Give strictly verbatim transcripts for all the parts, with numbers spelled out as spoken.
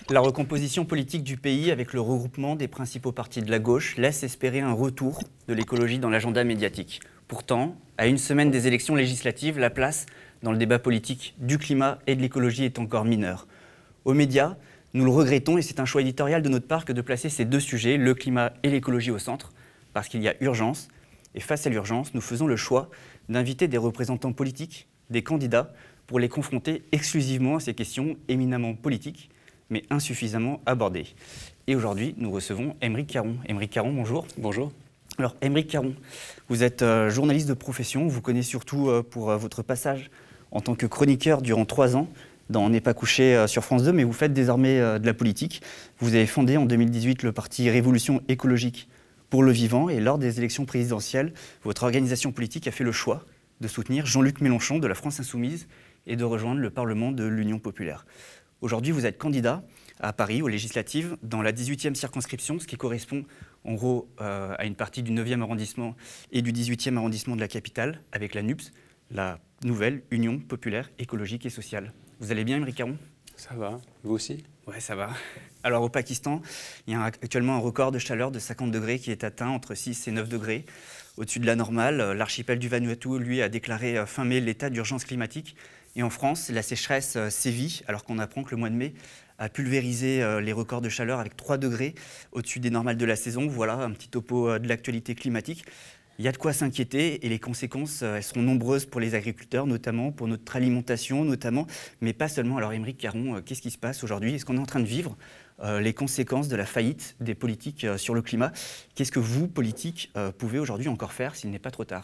La recomposition politique du pays avec le regroupement des principaux partis de la gauche laisse espérer un retour de l'écologie dans l'agenda médiatique. Pourtant, à une semaine des élections législatives, la place dans le débat politique du climat et de l'écologie est encore mineure. Aux médias, nous le regrettons et c'est un choix éditorial de notre part que de placer ces deux sujets, le climat et l'écologie, au centre, parce qu'il y a urgence. Et face à l'urgence, nous faisons le choix d'inviter des représentants politiques, des candidats, pour les confronter exclusivement à ces questions éminemment politiques, mais insuffisamment abordées. Et aujourd'hui, nous recevons Aymeric Caron. Aymeric Caron, bonjour. Bonjour. Alors, Aymeric Caron, vous êtes euh, journaliste de profession, vous connaissez surtout euh, pour euh, votre passage en tant que chroniqueur durant trois ans dans On n'est pas couché euh, sur France deux, mais vous faites désormais euh, de la politique. Vous avez fondé en deux mille dix-huit le parti Révolution écologique pour le vivant, et lors des élections présidentielles, votre organisation politique a fait le choix de soutenir Jean-Luc Mélenchon de la France Insoumise et de rejoindre le Parlement de l'Union populaire. Aujourd'hui, vous êtes candidat à Paris, aux législatives, dans la dix-huitième circonscription, ce qui correspond en gros euh, à une partie du neuvième arrondissement et du dix-huitième arrondissement de la capitale, avec la N U P S, la nouvelle Union populaire écologique et sociale. Vous allez bien, Aymeric Caron ? Ça va, vous aussi ? Ouais, ça va. Alors au Pakistan, il y a actuellement un record de chaleur de cinquante degrés qui est atteint entre six et neuf degrés au-dessus de la normale. L'archipel du Vanuatu, lui, a déclaré fin mai l'état d'urgence climatique. Et en France, la sécheresse sévit, alors qu'on apprend que le mois de mai a pulvérisé les records de chaleur avec trois degrés au-dessus des normales de la saison. Voilà un petit topo de l'actualité climatique. Il y a de quoi s'inquiéter et les conséquences, elles seront nombreuses pour les agriculteurs, notamment pour notre alimentation, notamment, mais pas seulement. Alors Aymeric Caron, qu'est-ce qui se passe aujourd'hui ? Est-ce qu'on est en train de vivre euh, les conséquences de la faillite des politiques euh, sur le climat ? Qu'est-ce que vous, politiques, euh, pouvez aujourd'hui encore faire s'il n'est pas trop tard ?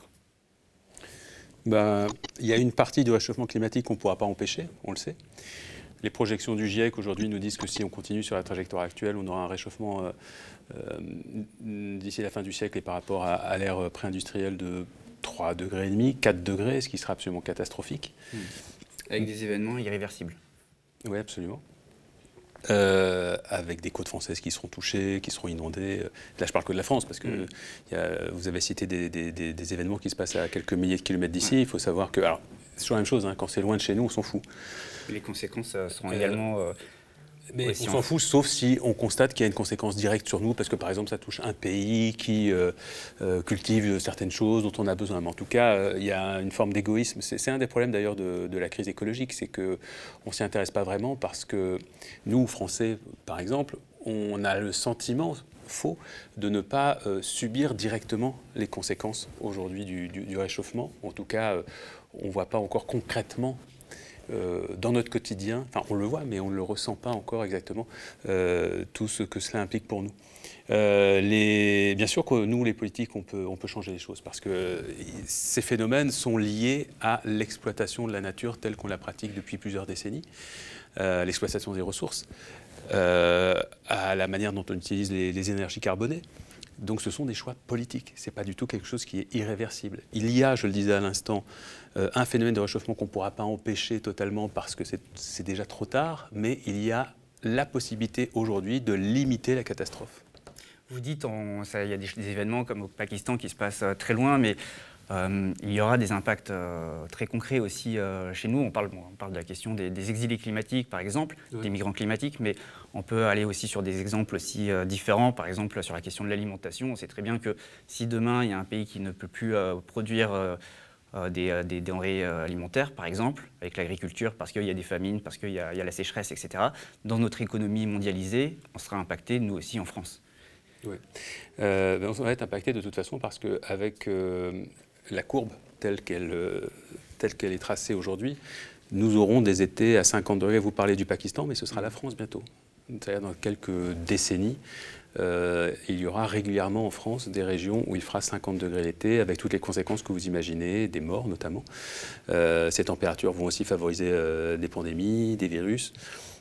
Ben, il y a une partie du réchauffement climatique qu'on ne pourra pas empêcher, on le sait. Les projections du GIEC aujourd'hui nous disent que si on continue sur la trajectoire actuelle, on aura un réchauffement euh, euh, d'ici la fin du siècle et par rapport à, à l'ère pré-industrielle de trois degrés et demi, quatre degrés, ce qui sera absolument catastrophique. Mmh. Avec des événements irréversibles. Oui, absolument. Euh, avec des côtes françaises qui seront touchées, qui seront inondées. Là, je parle que de la France, parce que mmh. y a, vous avez cité des, des, des, des événements qui se passent à quelques milliers de kilomètres d'ici. Ouais. Il faut savoir que... Alors, c'est toujours la même chose, hein, quand c'est loin de chez nous, on s'en fout. Les conséquences euh, seront euh, également... Euh, mais on s'en fout, sauf si on constate qu'il y a une conséquence directe sur nous, parce que par exemple, ça touche un pays qui euh, euh, cultive certaines choses dont on a besoin. Mais en tout cas, euh, il y a une forme d'égoïsme. C'est, c'est un des problèmes d'ailleurs de, de la crise écologique, c'est qu'on ne s'y intéresse pas vraiment parce que nous, Français, par exemple, on a le sentiment faux de ne pas euh, subir directement les conséquences aujourd'hui du, du, du réchauffement. En tout cas, euh, on ne voit pas encore concrètement Euh, dans notre quotidien, enfin on le voit, mais on ne le ressent pas encore exactement, euh, tout ce que cela implique pour nous. Euh, les, bien sûr que nous, les politiques, on peut, on peut changer les choses, parce que ces phénomènes sont liés à l'exploitation de la nature telle qu'on la pratique depuis plusieurs décennies, euh, l'exploitation des ressources, euh, à la manière dont on utilise les, les énergies carbonées. Donc ce sont des choix politiques, ce n'est pas du tout quelque chose qui est irréversible. Il y a, je le disais à l'instant, euh, un phénomène de réchauffement qu'on ne pourra pas empêcher totalement parce que c'est, c'est déjà trop tard, mais il y a la possibilité aujourd'hui de limiter la catastrophe. Vous dites, il y a des, des événements comme au Pakistan qui se passent euh, très loin, mais euh, il y aura des impacts euh, très concrets aussi euh, chez nous. On parle, bon, on parle de la question des, des exilés climatiques, par exemple, oui. des migrants climatiques, mais on peut aller aussi sur des exemples aussi euh, différents. Par exemple, sur la question de l'alimentation, on sait très bien que si demain, il y a un pays qui ne peut plus euh, produire euh, euh, des, des denrées euh, alimentaires, par exemple, avec l'agriculture, parce qu'il y a des famines, parce qu'il y a, il y a la sécheresse, et cetera, dans notre économie mondialisée, on sera impacté, nous aussi, en France. Oui. Euh, ben on va être impacté de toute façon parce qu'avec euh, la courbe telle qu'elle, euh, telle qu'elle est tracée aujourd'hui, nous aurons des étés à cinquante degrés. Vous parlez du Pakistan, mais ce sera la France bientôt. C'est-à-dire dans quelques décennies, euh, il y aura régulièrement en France des régions où il fera cinquante degrés l'été, avec toutes les conséquences que vous imaginez, des morts notamment. Euh, ces températures vont aussi favoriser euh, des pandémies, des virus.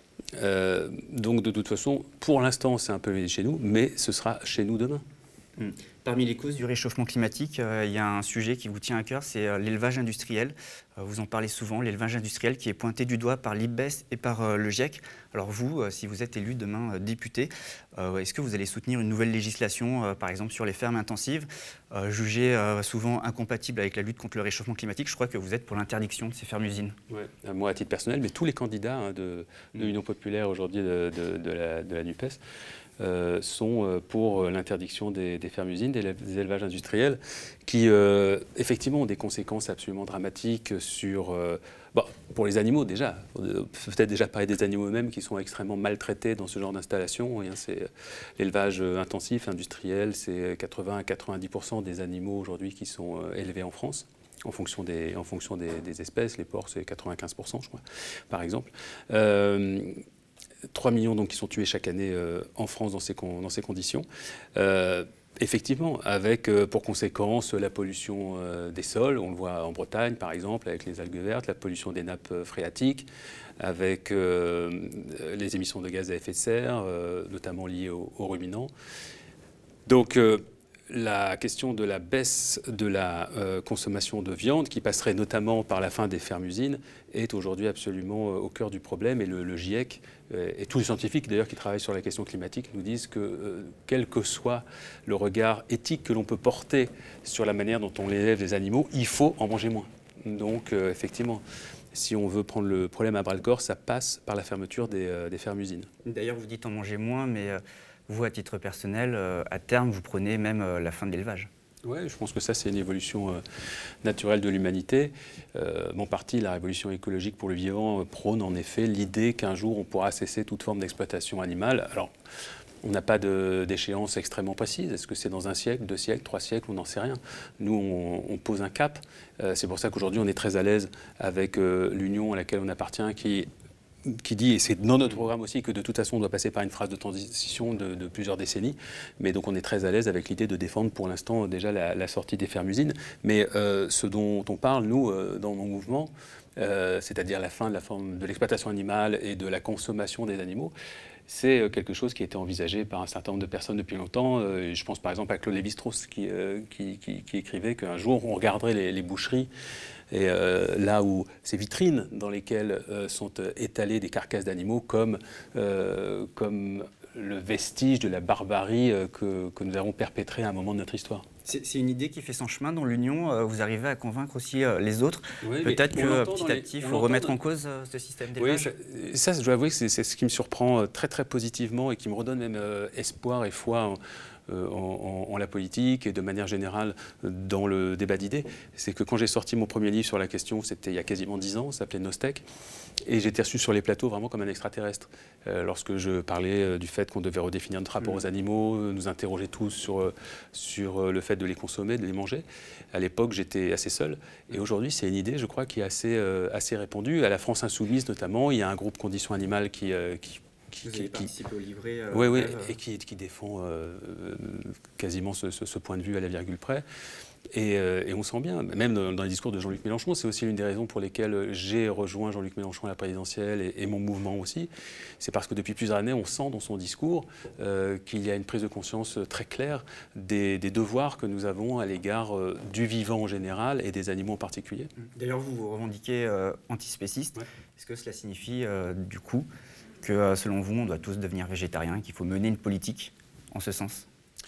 Euh, donc de toute façon, pour l'instant, c'est un peu chez nous, mais ce sera chez nous demain. Mmh. Parmi les causes du réchauffement climatique, euh, il y a un sujet qui vous tient à cœur, c'est euh, l'élevage industriel. Euh, vous en parlez souvent, l'élevage industriel qui est pointé du doigt par l'I P B E S et par euh, le GIEC. Alors vous, euh, si vous êtes élu demain euh, député, euh, est-ce que vous allez soutenir une nouvelle législation, euh, par exemple sur les fermes intensives, euh, jugées euh, souvent incompatibles avec la lutte contre le réchauffement climatique? Je crois que vous êtes pour l'interdiction de ces fermes-usines. Ouais. Moi, à titre personnel, mais tous les candidats hein, de, de l'Union populaire aujourd'hui de, de, de, la, de la NUPES, Euh, sont euh, pour l'interdiction des, des fermes-usines, des, des élevages industriels, qui euh, effectivement ont des conséquences absolument dramatiques sur, euh, bon, pour les animaux déjà, peut-être déjà parler des animaux eux-mêmes qui sont extrêmement maltraités dans ce genre d'installation. C'est l'élevage intensif, industriel, c'est quatre-vingts à quatre-vingt-dix pour cent des animaux aujourd'hui qui sont euh, élevés en France. En fonction, des, en fonction des, des espèces, les porcs c'est quatre-vingt-quinze pour cent je crois, par exemple. Euh, trois millions donc, qui sont tués chaque année euh, en France dans ces, con, dans ces conditions. Euh, effectivement, avec euh, pour conséquence la pollution euh, des sols, on le voit en Bretagne par exemple, avec les algues vertes, la pollution des nappes phréatiques, avec euh, les émissions de gaz à effet de serre, euh, notamment liées aux, aux ruminants. Donc, euh, la question de la baisse de la euh, consommation de viande, qui passerait notamment par la fin des fermes-usines, est aujourd'hui absolument euh, au cœur du problème. Et le, le GIEC euh, et tous les scientifiques d'ailleurs qui travaillent sur la question climatique nous disent que euh, quel que soit le regard éthique que l'on peut porter sur la manière dont on élève les animaux, il faut en manger moins. Donc euh, effectivement, si on veut prendre le problème à bras-le-corps, ça passe par la fermeture des, euh, des fermes-usines. D'ailleurs, vous dites en manger moins, mais... Euh... Vous, à titre personnel, euh, à terme, vous prenez même euh, la fin de l'élevage. Oui, je pense que ça, c'est une évolution euh, naturelle de l'humanité. Euh, mon parti, la Révolution écologique pour le vivant, euh, prône en effet l'idée qu'un jour, on pourra cesser toute forme d'exploitation animale. Alors, on n'a pas d'échéance extrêmement précise. Est-ce que c'est dans un siècle, deux siècles, trois siècles? On n'en sait rien. Nous, on, on pose un cap. Euh, c'est pour ça qu'aujourd'hui, on est très à l'aise avec euh, l'Union à laquelle on appartient, qui qui dit, et c'est dans notre programme aussi, que de toute façon on doit passer par une phase de transition de, de plusieurs décennies. Mais donc on est très à l'aise avec l'idée de défendre pour l'instant déjà la, la sortie des fermes-usines. Mais euh, ce dont on parle, nous, euh, dans mon mouvement, euh, c'est-à-dire la fin de la forme de l'exploitation animale et de la consommation des animaux, c'est quelque chose qui a été envisagé par un certain nombre de personnes depuis longtemps. Je pense par exemple à Claude Lévi-Strauss qui, qui, qui, qui écrivait qu'un jour on regarderait les, les boucheries et euh, là où ces vitrines dans lesquelles euh, sont étalées des carcasses d'animaux comme, euh, comme le vestige de la barbarie euh, que, que nous avons perpétrée à un moment de notre histoire. C'est une idée qui fait son chemin dans l'Union. Vous arrivez à convaincre aussi les autres. Oui, peut-être que petit à petit, il faut remettre en cause ce système d'élevage. Oui, ça, ça, je dois avouer que c'est ce qui me surprend très très positivement et qui me redonne même euh, espoir et foi en, euh, en, en, en la politique et de manière générale dans le débat d'idées. C'est que quand j'ai sorti mon premier livre sur la question, c'était il y a quasiment dix ans, ça s'appelait Nostek. Et j'étais reçu sur les plateaux vraiment comme un extraterrestre. Euh, lorsque je parlais euh, du fait qu'on devait redéfinir notre rapport mmh. aux animaux, euh, nous interroger tous sur, euh, sur euh, le fait de les consommer, de les manger. À l'époque, j'étais assez seul. Et aujourd'hui, c'est une idée, je crois, qui est assez, euh, assez répandue. À la France Insoumise, notamment, il y a un groupe Conditions Animales qui... Euh, qui Qui, Vous avez qui, participé au livret euh, Oui, oui, et qui, qui défend euh, quasiment ce, ce, ce point de vue à la virgule près. Et, euh, et on sent bien, même dans, dans les discours de Jean-Luc Mélenchon, c'est aussi l'une des raisons pour lesquelles j'ai rejoint Jean-Luc Mélenchon à la présidentielle et, et mon mouvement aussi. C'est parce que depuis plusieurs années, on sent dans son discours euh, qu'il y a une prise de conscience très claire des, des devoirs que nous avons à l'égard euh, du vivant en général et des animaux en particulier. D'ailleurs, vous vous revendiquez euh, antispéciste. Ouais. Est-ce que cela signifie euh, du coup que selon vous, on doit tous devenir végétariens, qu'il faut mener une politique en ce sens?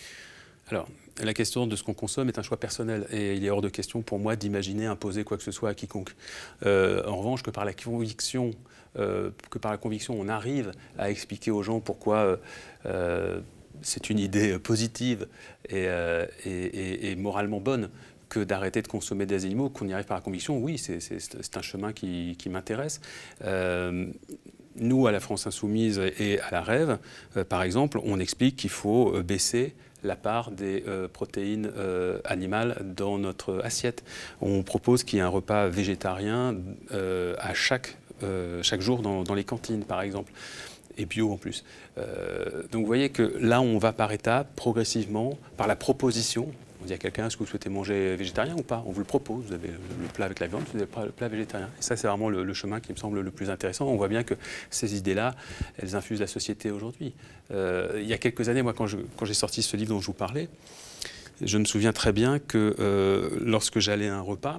Alors, la question de ce qu'on consomme est un choix personnel et il est hors de question pour moi d'imaginer imposer quoi que ce soit à quiconque. Euh, en revanche, que par la conviction, euh, que par la conviction, on arrive à expliquer aux gens pourquoi euh, c'est une idée positive et, euh, et, et, et moralement bonne que d'arrêter de consommer des animaux, qu'on y arrive par la conviction, oui, c'est un chemin qui, qui m'intéresse. Euh, Nous, à la France Insoumise et à la Rêve, euh, par exemple, on explique qu'il faut euh, baisser la part des euh, protéines euh, animales dans notre assiette. On propose qu'il y ait un repas végétarien euh, à chaque, euh, chaque jour dans, dans les cantines, par exemple, et bio en plus. Euh, donc vous voyez que là, on va par étapes, progressivement, par la proposition. On dit à quelqu'un, est-ce que vous souhaitez manger végétarien ou pas? On vous le propose, vous avez le plat avec la viande, vous avez le plat végétarien. Et ça, c'est vraiment le, le chemin qui me semble le plus intéressant. On voit bien que ces idées-là, elles infusent la société aujourd'hui. Euh, il y a quelques années, moi, quand j'ai quand j'ai sorti ce livre dont je vous parlais, Je me souviens très bien que euh, lorsque j'allais à un repas,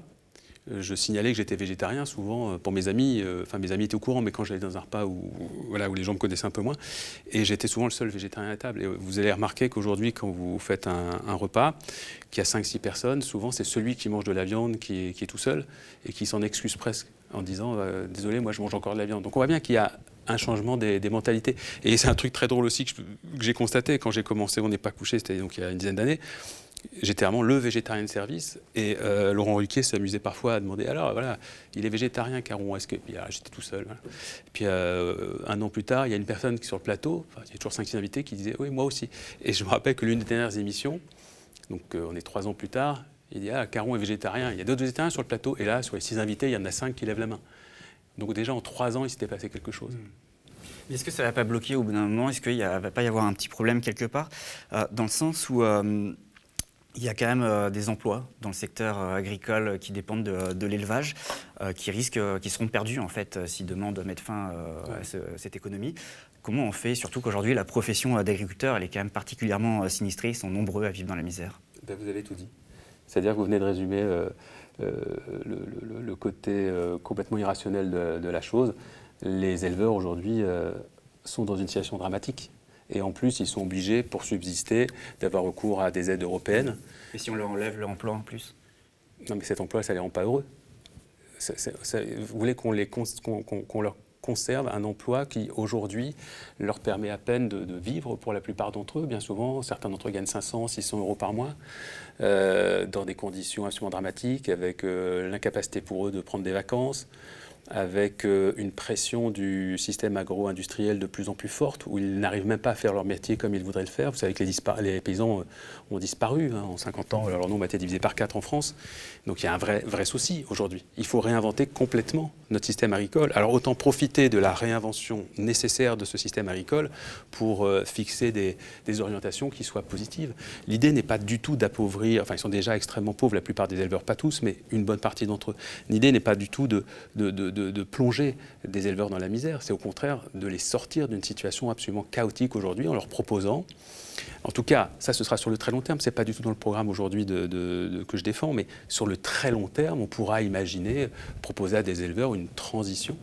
je signalais que j'étais végétarien, souvent pour mes amis, euh, enfin mes amis étaient au courant, mais quand j'allais dans un repas où, où, voilà, où les gens me connaissaient un peu moins, et j'étais souvent le seul végétarien à la table. Et vous allez remarquer qu'aujourd'hui, quand vous faites un, un repas qui a cinq six personnes, souvent c'est celui qui mange de la viande qui est, qui est tout seul et qui s'en excuse presque en disant euh, « désolé, moi je mange encore de la viande ». Donc on voit bien qu'il y a un changement des, des mentalités. Et c'est un truc très drôle aussi que, je, que j'ai constaté quand j'ai commencé On n'est pas couché, c'était donc il y a une dizaine d'années. J'étais vraiment le végétarien de service et euh, Laurent Ruquier s'amusait parfois à demander alors voilà, il est végétarien Caron, est-ce que. Puis alors, j'étais tout seul. Voilà. Puis euh, un an plus tard, il y a une personne qui sur le plateau, enfin, il y a toujours cinq six invités qui disaient oui, moi aussi. Et je me rappelle que l'une des dernières émissions, donc euh, on est trois ans plus tard, il dit ah, Caron est végétarien. Il y a d'autres végétariens sur le plateau et là, sur les six invités, il y en a cinq qui lèvent la main. Donc déjà en trois ans, il s'était passé quelque chose. Mais est-ce que ça ne va pas bloquer au bout d'un moment? Est-ce qu'il ne va pas y avoir un petit problème quelque part euh, dans le sens où euh, il y a quand même euh, des emplois dans le secteur euh, agricole qui dépendent de, de l'élevage, euh, qui risquent, euh, qui seront perdus en fait si demain on doit mettre fin euh, ouais. à ce, cette économie. Comment on fait, surtout qu'aujourd'hui la profession d'agriculteur elle est quand même particulièrement euh, sinistrée, ils sont nombreux à vivre dans la misère. Ben, vous avez tout dit. C'est-à-dire que vous venez de résumer euh, euh, le, le, le côté euh, complètement irrationnel de, de la chose. Les éleveurs aujourd'hui euh, sont dans une situation dramatique. Et en plus, ils sont obligés, pour subsister, d'avoir recours à des aides européennes. Et si on leur enlève l'emploi en plus? Non, mais cet emploi, ça ne les rend pas heureux. C'est, c'est, c'est, vous voulez qu'on, les, qu'on, qu'on, qu'on leur conserve un emploi qui, aujourd'hui, leur permet à peine de, de vivre pour la plupart d'entre eux. Bien souvent, certains d'entre eux gagnent cinq cents, six cents euros par mois, euh, dans des conditions absolument dramatiques, avec euh, l'incapacité pour eux de prendre des vacances, avec euh, une pression du système agro-industriel de plus en plus forte, où ils n'arrivent même pas à faire leur métier comme ils voudraient le faire. Vous savez que les, dispar- les paysans euh, ont disparu hein, en cinquante ans, leur nombre a été divisé par quatre en France. Donc il y a un vrai, vrai souci aujourd'hui. Il faut réinventer complètement notre système agricole. Alors autant profiter de la réinvention nécessaire de ce système agricole pour euh, fixer des, des orientations qui soient positives. L'idée n'est pas du tout d'appauvrir, enfin ils sont déjà extrêmement pauvres, la plupart des éleveurs, pas tous, mais une bonne partie d'entre eux. L'idée n'est pas du tout de, de, de De, de plonger des éleveurs dans la misère, c'est au contraire de les sortir d'une situation absolument chaotique aujourd'hui en leur proposant, en tout cas, ça ce sera sur le très long terme, c'est pas du tout dans le programme aujourd'hui de, de, de, que je défends, mais sur le très long terme, on pourra imaginer proposer à des éleveurs une transition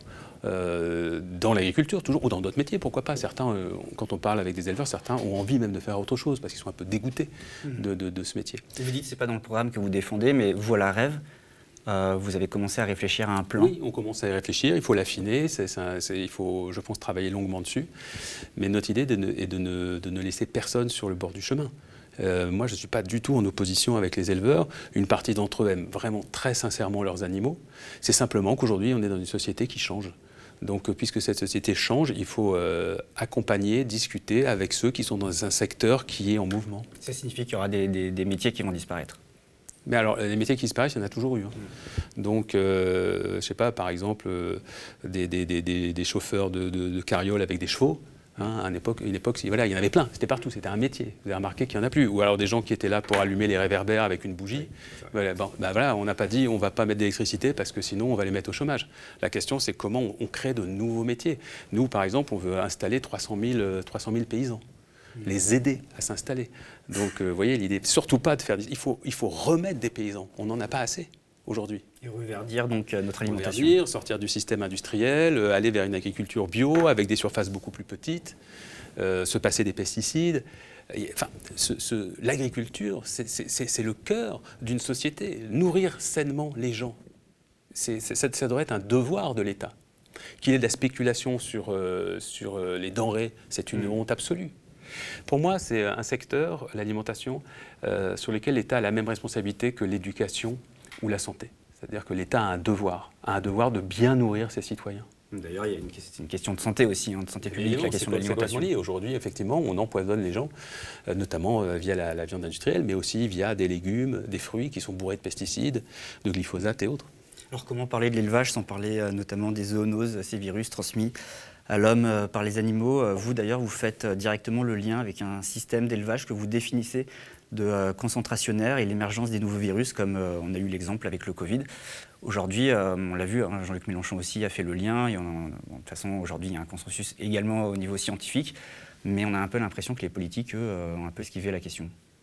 euh, dans l'agriculture, toujours, ou dans d'autres métiers, pourquoi pas. Certains, euh, quand on parle avec des éleveurs, certains ont envie même de faire autre chose, parce qu'ils sont un peu dégoûtés de, de, de ce métier. Vous dites que c'est pas dans le programme que vous défendez, mais vous, à la Rêve, Euh, vous avez commencé à réfléchir à un plan? Oui, on commence à y réfléchir, il faut l'affiner, c'est, c'est, c'est, il faut, je pense, travailler longuement dessus. Mais notre idée de ne, est de ne, de ne laisser personne sur le bord du chemin. Euh, moi, je ne suis pas du tout en opposition avec les éleveurs. Une partie d'entre eux aiment vraiment très sincèrement leurs animaux. C'est simplement qu'aujourd'hui, on est dans une société qui change. Donc, puisque cette société change, il faut euh, accompagner, discuter avec ceux qui sont dans un secteur qui est en mouvement. Ça signifie qu'il y aura des, des, des métiers qui vont disparaître? Mais alors, les métiers qui disparaissent, il y en a toujours eu. Hein. Mmh. Donc, euh, je ne sais pas, par exemple, euh, des, des, des, des chauffeurs de, de, de carrioles avec des chevaux. Hein, à une époque, une époque voilà, il y en avait plein, c'était partout, c'était un métier. Vous avez remarqué qu'il n'y en a plus. Ou alors des gens qui étaient là pour allumer les réverbères avec une bougie. Oui, voilà, bon, ben voilà, on n'a pas dit on ne va pas mettre d'électricité parce que sinon on va les mettre au chômage. La question, c'est comment on, on crée de nouveaux métiers. Nous, par exemple, on veut installer trois cent mille paysans. Les aider à s'installer. Donc, vous euh, voyez, l'idée, surtout pas de faire... Il faut, il faut remettre des paysans. On n'en a pas assez aujourd'hui. Et reverdir donc euh, notre alimentation. Reverdir, sortir du système industriel, euh, aller vers une agriculture bio, avec des surfaces beaucoup plus petites, euh, se passer des pesticides. Et, enfin, ce, ce, l'agriculture, c'est, c'est, c'est, c'est le cœur d'une société. Nourrir sainement les gens, c'est, c'est, ça, ça doit être un devoir de l'État. Qu'il y ait de la spéculation sur, euh, sur euh, les denrées, c'est une mmh. honte absolue. Pour moi, c'est un secteur, l'alimentation, euh, sur lequel l'État a la même responsabilité que l'éducation ou la santé. C'est-à-dire que l'État a un devoir, a un devoir de bien nourrir ses citoyens. D'ailleurs, il y a une, c'est une question de santé aussi, hein, de santé publique, la question de l'alimentation. C'est lié. Aujourd'hui, effectivement, on empoisonne les gens, euh, notamment euh, via la, la viande industrielle, mais aussi via des légumes, des fruits qui sont bourrés de pesticides, de glyphosate et autres. Alors, comment parler de l'élevage sans parler euh, notamment des zoonoses, ces virus transmis à l'homme euh, par les animaux? Vous, d'ailleurs, vous faites euh, directement le lien avec un système d'élevage que vous définissez de euh, concentrationnaire et l'émergence des nouveaux virus, comme euh, on a eu l'exemple avec le Covid. Aujourd'hui, euh, on l'a vu, hein, Jean-Luc Mélenchon aussi a fait le lien. Et on, bon, de toute façon, aujourd'hui, il y a un consensus également au niveau scientifique, mais on a un peu l'impression que les politiques, eux, euh, ont un peu esquivé la question.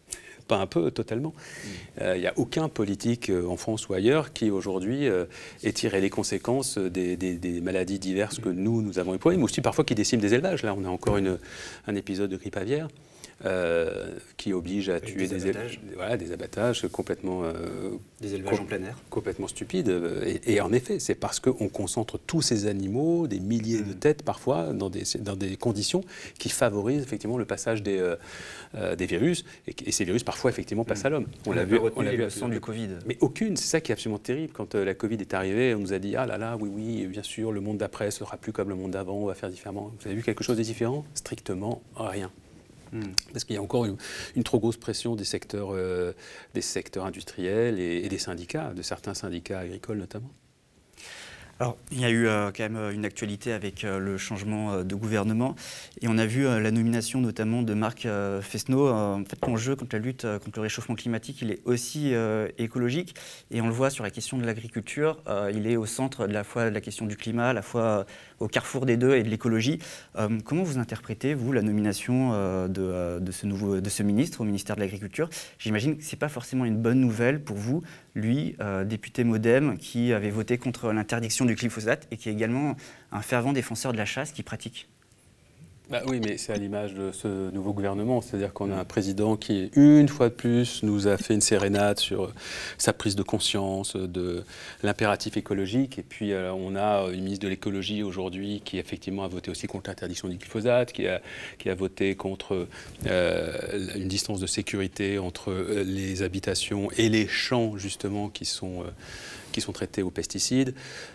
pas un peu, totalement. Il mmh. n'y euh, a aucun politique euh, en France ou ailleurs qui aujourd'hui euh, ait tiré les conséquences des, des, des maladies diverses mmh. que nous, nous avons éprouvées, mais aussi parfois qui déciment des élevages. Là, on a encore une, un épisode de grippe aviaire. Euh, qui oblige à Avec tuer des, des, abattages. É- voilà, des abattages complètement... Euh, des élevages com- en plein air. Complètement stupides. Et, et en effet, c'est parce qu'on concentre tous ces animaux, des milliers mmh. de têtes parfois, dans des, dans des conditions qui favorisent effectivement le passage des, euh, euh, des virus. Et, et ces virus, parfois, effectivement, passent mmh. à l'homme. On, on l'a vu, on l'a vu à du Covid. Mais aucune, c'est ça qui est absolument terrible. Quand euh, la Covid est arrivée, on nous a dit « Ah là là, oui, oui, bien sûr, le monde d'après ne sera plus comme le monde d'avant, on va faire différemment. » Vous avez vu quelque chose de différent ? Strictement rien. Parce qu'il y a encore une, une trop grosse pression des secteurs, euh, des secteurs industriels et, et des syndicats, de certains syndicats agricoles notamment. Alors, il y a eu euh, quand même une actualité avec euh, le changement euh, de gouvernement et on a vu euh, la nomination notamment de Marc euh, Fesneau. Euh, en fait, l'enjeu contre la lutte euh, contre le réchauffement climatique, il est aussi euh, écologique et on le voit sur la question de l'agriculture. Euh, il est au centre de la fois de la question du climat, à la fois euh, au carrefour des deux et de l'écologie. Euh, comment vous interprétez, vous, la nomination euh, de, euh, de, ce nouveau, de ce ministre au ministère de l'Agriculture ? J'imagine que ce n'est pas forcément une bonne nouvelle pour vous, lui, euh, député MoDem, qui avait voté contre l'interdiction du glyphosate et qui est également un fervent défenseur de la chasse qui pratique. Bah oui, mais c'est à l'image de ce nouveau gouvernement, c'est-à-dire qu'on a un président qui, une fois de plus, nous a fait une sérénade sur sa prise de conscience de l'impératif écologique, et puis euh, on a une ministre de l'écologie aujourd'hui qui effectivement a voté aussi contre l'interdiction du glyphosate, qui a, qui a voté contre euh, une distance de sécurité entre les habitations et les champs justement qui sont, euh, qui sont traités aux pesticides.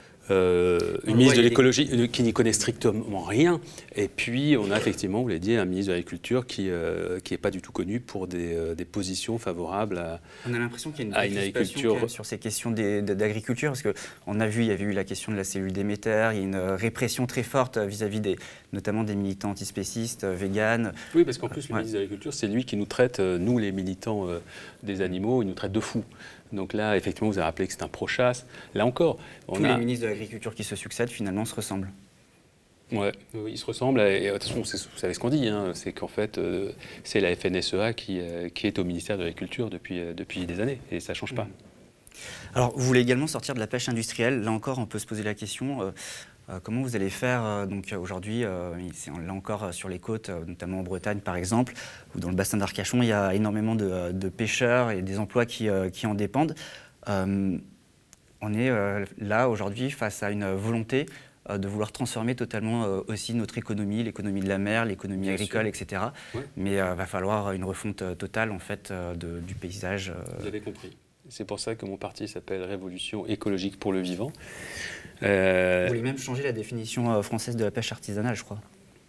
Euh, une ministre de l'écologie des... qui n'y connaît strictement rien, et puis on a effectivement, vous l'avez dit, un ministre de l'Agriculture qui euh, qui n'est pas du tout connu pour des, euh, des positions favorables à On a l'impression qu'il y a une, une agriculture sur ces questions des, d'agriculture, parce qu'on a vu, il y avait eu la question de la cellule Déméter, il y a une répression très forte vis-à-vis des, notamment des militants antispécistes, euh, véganes. Oui, parce qu'en plus, le ouais. ministre de l'Agriculture, c'est lui qui nous traite, euh, nous les militants euh, des animaux, il nous traite de fous. Donc là, effectivement, vous avez rappelé que c'est un pro-chasse. Là encore, on Tous a... les ministres de l'Agriculture qui se succèdent, finalement, se ressemblent. Ouais, oui, ils se ressemblent. Et, et de toute façon, vous savez ce qu'on dit, hein, c'est qu'en fait, euh, c'est la F N S E A qui, euh, qui est au ministère de l'Agriculture depuis, euh, depuis des années, et ça ne change pas. Alors, vous voulez également sortir de la pêche industrielle. Là encore, on peut se poser la question... Euh, Euh, comment vous allez faire euh, donc aujourd'hui, euh, c'est là encore euh, sur les côtes, euh, notamment en Bretagne par exemple, ou dans le bassin d'Arcachon, il y a énormément de, de pêcheurs et des emplois qui, euh, qui en dépendent. Euh, on est euh, là aujourd'hui face à une volonté euh, de vouloir transformer totalement euh, aussi notre économie, l'économie de la mer, l'économie Bien agricole, sûr. et cetera. Ouais. Mais il euh, va falloir une refonte totale en fait euh, de, du paysage. Euh... Vous avez compris. C'est pour ça que mon parti s'appelle Révolution écologique pour le vivant. Euh... Vous voulez même changer la définition française de la pêche artisanale, je crois.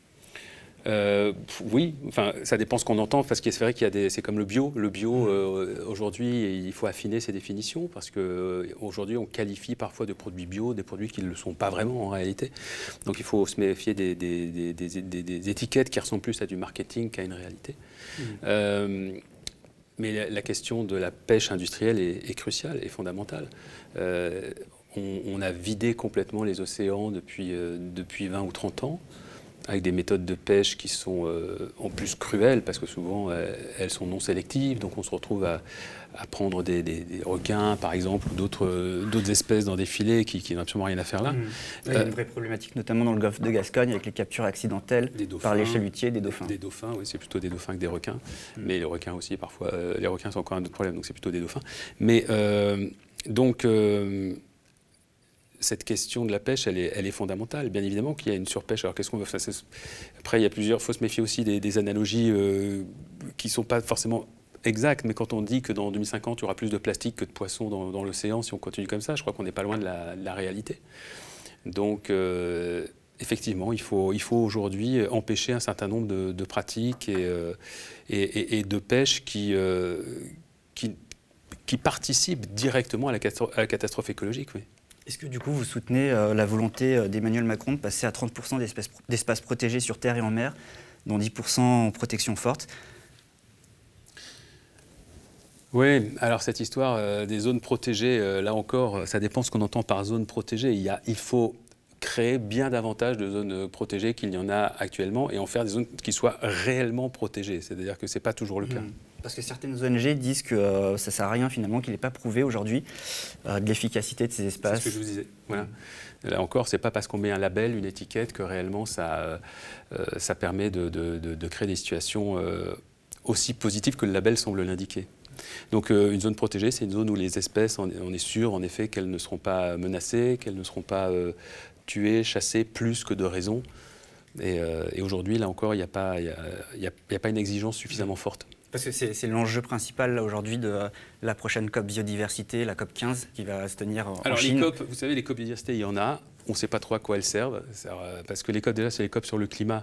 Euh, oui, enfin, ça dépend ce qu'on entend, parce qu'il c'est vrai qu'il y a des, c'est comme le bio. Le bio, euh, aujourd'hui, il faut affiner ses définitions, parce qu'aujourd'hui, euh, on qualifie parfois de produits bio des produits qui ne le sont pas vraiment en réalité. Donc il faut se méfier des, des, des, des, des, des étiquettes qui ressemblent plus à du marketing qu'à une réalité. Mmh. Euh, Mais la, la question de la pêche industrielle est, est cruciale et fondamentale. Euh, on, on a vidé complètement les océans depuis, euh, depuis vingt ou trente ans, avec des méthodes de pêche qui sont euh, en plus cruelles, parce que souvent euh, elles sont non sélectives, donc on se retrouve à, à prendre des, des, des requins, par exemple, ou d'autres, euh, d'autres espèces dans des filets qui, qui n'ont absolument rien à faire là. Mmh. Il y a une vraie problématique, notamment dans le golfe de Gascogne, avec les captures accidentelles dauphins, par les chalutiers des dauphins. Des dauphins, oui, c'est plutôt des dauphins que des requins. Mmh. Mais les requins aussi, parfois, euh, les requins, c'est encore un autre problème, donc c'est plutôt des dauphins. Mais euh, donc... Euh, cette question de la pêche, elle est, elle est fondamentale. Bien évidemment qu'il y a une surpêche. Alors qu'est-ce qu'on veut faire ? Après, il y a plusieurs. Il faut se méfier aussi des, des analogies euh, qui ne sont pas forcément exactes. Mais quand on dit que dans deux mille cinquante, il y aura plus de plastique que de poissons dans, dans l'océan, si on continue comme ça, je crois qu'on n'est pas loin de la, de la réalité. Donc, euh, effectivement, il faut, il faut aujourd'hui empêcher un certain nombre de, de pratiques et, euh, et, et, et de pêche qui, euh, qui, qui participent directement à la, à la catastrophe écologique. Oui. Est-ce que du coup vous soutenez euh, la volonté d'Emmanuel Macron de passer à trente pour cent d'espaces, d'espaces protégés sur terre et en mer, dont dix pour cent en protection forte ? Oui, alors cette histoire euh, des zones protégées, euh, là encore, ça dépend ce qu'on entend par zone protégée. Il, y a, il faut créer bien davantage de zones protégées qu'il y en a actuellement et en faire des zones qui soient réellement protégées. C'est-à-dire que ce n'est pas toujours le cas. Mmh. Parce que certaines O N G disent que euh, ça ne sert à rien finalement, qu'il n'est pas prouvé aujourd'hui euh, de l'efficacité de ces espaces. C'est ce que je vous disais. Voilà. Là encore, ce n'est pas parce qu'on met un label, une étiquette, que réellement ça, euh, ça permet de, de, de, de créer des situations euh, aussi positives que le label semble l'indiquer. Donc euh, une zone protégée, c'est une zone où les espèces, on, on est sûr en effet qu'elles ne seront pas menacées, qu'elles ne seront pas euh, tuées, chassées plus que de raison. Et, euh, et aujourd'hui, là encore, il n'y a, a, a, a pas une exigence suffisamment forte. Parce que c'est l'enjeu principal aujourd'hui de la prochaine COP biodiversité, la COP quinze, qui va se tenir en Alors, Chine. Alors les COP, vous savez, les COP biodiversité, il y en a. On ne sait pas trop à quoi elles servent. Parce que les COP, déjà, c'est les COP sur le climat.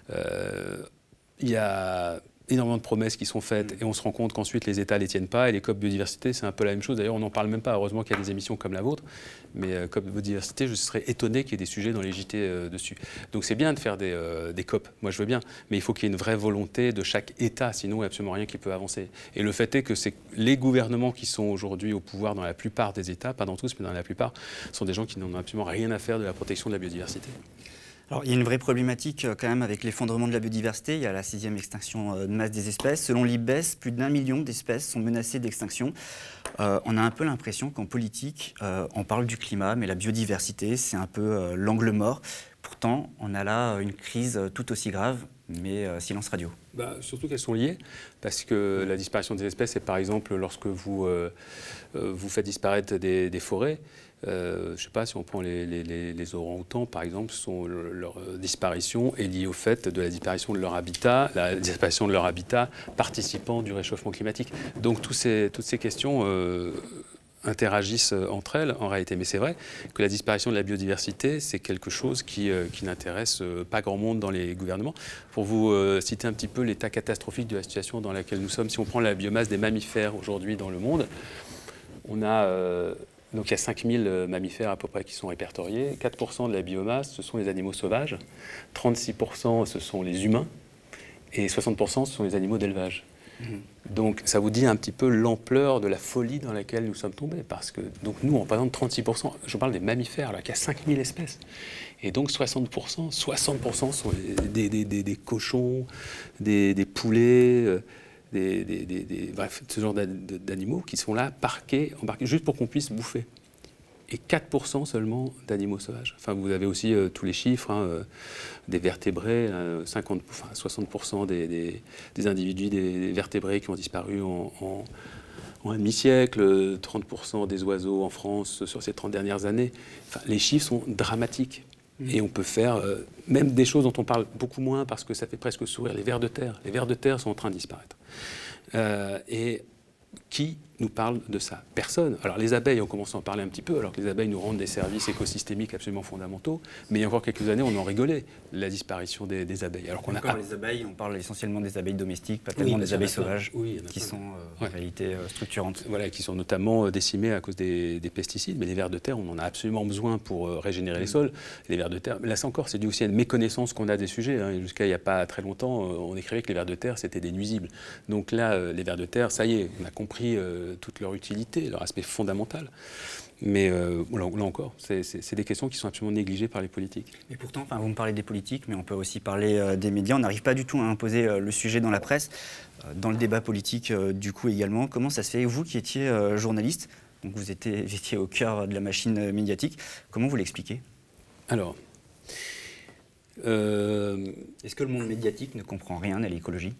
Euh, il y a énormément de promesses qui sont faites et on se rend compte qu'ensuite les États ne les tiennent pas. Et les COP biodiversité, c'est un peu la même chose. D'ailleurs, on n'en parle même pas. Heureusement qu'il y a des émissions comme la vôtre. Mais euh, COP biodiversité, je serais étonné qu'il y ait des sujets dans les J T euh, dessus. Donc c'est bien de faire des, euh, des COP. Moi, je veux bien. Mais il faut qu'il y ait une vraie volonté de chaque État. Sinon, il n'y a absolument rien qui peut avancer. Et le fait est que c'est les gouvernements qui sont aujourd'hui au pouvoir dans la plupart des États, pas dans tous, mais dans la plupart, sont des gens qui n'en ont absolument rien à faire de la protection de la biodiversité. Alors, il y a une vraie problématique euh, quand même avec l'effondrement de la biodiversité. Il y a la sixième extinction euh, de masse des espèces. Selon l'I B E S, plus d'un million d'espèces sont menacées d'extinction. Euh, on a un peu l'impression qu'en politique, euh, on parle du climat, mais la biodiversité, c'est un peu euh, l'angle mort. Pourtant, on a là une crise tout aussi grave, mais euh, silence radio. Bah, surtout qu'elles sont liées, parce que la disparition des espèces, c'est par exemple lorsque vous, euh, vous faites disparaître des, des forêts. Euh, je ne sais pas si on prend les, les, les orang-outans, par exemple, son, leur disparition est liée au fait de la disparition de leur habitat, la disparition de leur habitat participant du réchauffement climatique. Donc tous ces, toutes ces questions euh, interagissent entre elles en réalité. Mais c'est vrai que la disparition de la biodiversité, c'est quelque chose qui, euh, qui n'intéresse euh, pas grand monde dans les gouvernements. Pour vous euh, citer un petit peu l'état catastrophique de la situation dans laquelle nous sommes, si on prend la biomasse des mammifères aujourd'hui dans le monde, on a... Euh, Donc il y a cinq mille mammifères à peu près qui sont répertoriés. quatre pour cent de la biomasse, ce sont les animaux sauvages. trente-six pour cent, ce sont les humains. Et soixante pour cent, ce sont les animaux d'élevage. Mmh. Donc ça vous dit un petit peu l'ampleur de la folie dans laquelle nous sommes tombés. Parce que donc, nous, on représente trente-six pour cent. Je parle des mammifères, là, il y a cinq mille espèces. Et donc soixante pour cent, soixante pour cent sont des, des, des, des cochons, des, des poulets... Euh, Des, des, des, des, bref, ce genre d'animaux qui sont là, parqués, embarqués, juste pour qu'on puisse bouffer. Et quatre pour cent seulement d'animaux sauvages. Enfin, vous avez aussi euh, tous les chiffres, hein, euh, des vertébrés, euh, cinquante, enfin, soixante pour cent des, des, des individus, des vertébrés qui ont disparu en, en, en un demi-siècle, trente pour cent des oiseaux en France sur ces trente dernières années. Enfin, les chiffres sont dramatiques. Et on peut faire euh, même des choses dont on parle beaucoup moins parce que ça fait presque sourire, les vers de terre. Les vers de terre sont en train de disparaître. Euh, et qui nous parle de ça? Personne. Alors les abeilles, on commence à en parler un petit peu, alors que les abeilles nous rendent des services écosystémiques absolument fondamentaux. Mais il y a encore quelques années, on en rigolait, la disparition des, des abeilles. Alors qu'on encore a... les abeilles, on parle essentiellement des abeilles domestiques, pas tellement oui, des abeilles sauvages, oui, qui sont euh, ouais. en réalité euh, structurantes. Voilà, qui sont notamment décimées à cause des, des pesticides. Mais les vers de terre, on en a absolument besoin pour euh, régénérer mmh. les sols. Les vers de terre, là c'est encore, c'est dû aussi à une méconnaissance qu'on a des sujets. Hein. Jusqu'à il n'y a pas très longtemps, euh, on écrivait que les vers de terre, c'était des nuisibles. Donc là, euh, les vers de terre, ça y est, on a compris euh, toute leur utilité, leur aspect fondamental. Mais euh, là, là encore, c'est des questions qui sont absolument négligées par les politiques. Et pourtant, vous me parlez des politiques, mais on peut aussi parler euh, des médias. On n'arrive pas du tout à imposer euh, le sujet dans la presse, euh, dans le débat politique euh, du coup également. Comment ça se fait? Vous qui étiez euh, journaliste, donc vous étiez, vous étiez au cœur de la machine médiatique, comment vous l'expliquez? Alors, euh... est-ce que le monde médiatique ne comprend rien à l'écologie?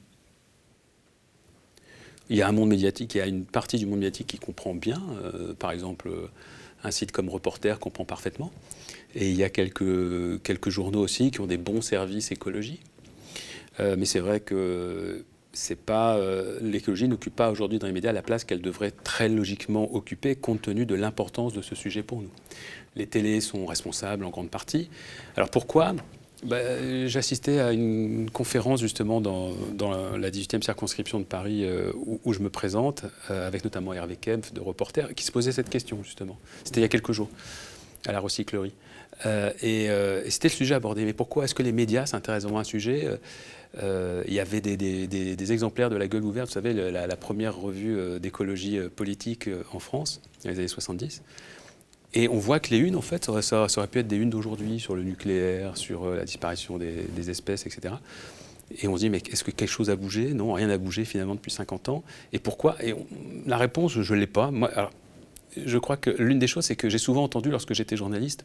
Il y a un monde médiatique, il y a une partie du monde médiatique qui comprend bien. Euh, par exemple, un site comme Reporter comprend parfaitement. Et il y a quelques, quelques journaux aussi qui ont des bons services écologie. Euh, mais c'est vrai que c'est pas, euh, l'écologie n'occupe pas aujourd'hui dans les médias la place qu'elle devrait très logiquement occuper compte tenu de l'importance de ce sujet pour nous. Les télés sont responsables en grande partie. Alors pourquoi ? Bah, j'assistais à une conférence justement dans, dans la dix-huitième circonscription de Paris euh, où, où je me présente, euh, avec notamment Hervé Kempf de Reporter, qui se posait cette question justement. C'était il y a quelques jours, à la recyclerie. Euh, et, euh, et c'était le sujet abordé. Mais pourquoi est-ce que les médias s'intéressent vraiment à un sujet ? euh, Il y avait des, des, des, des exemplaires de La Gueule ouverte, vous savez, la, la première revue euh, d'écologie euh, politique euh, en France, dans les années soixante-dix. Et on voit que les unes, en fait, ça aurait, ça aurait pu être des unes d'aujourd'hui, sur le nucléaire, sur euh, la disparition des, des espèces, et cetera. Et on se dit, mais est-ce que quelque chose a bougé? Non, rien n'a bougé finalement depuis cinquante ans. Et pourquoi? Et on, la réponse, je ne l'ai pas. Moi, alors, je crois que l'une des choses, c'est que j'ai souvent entendu lorsque j'étais journaliste,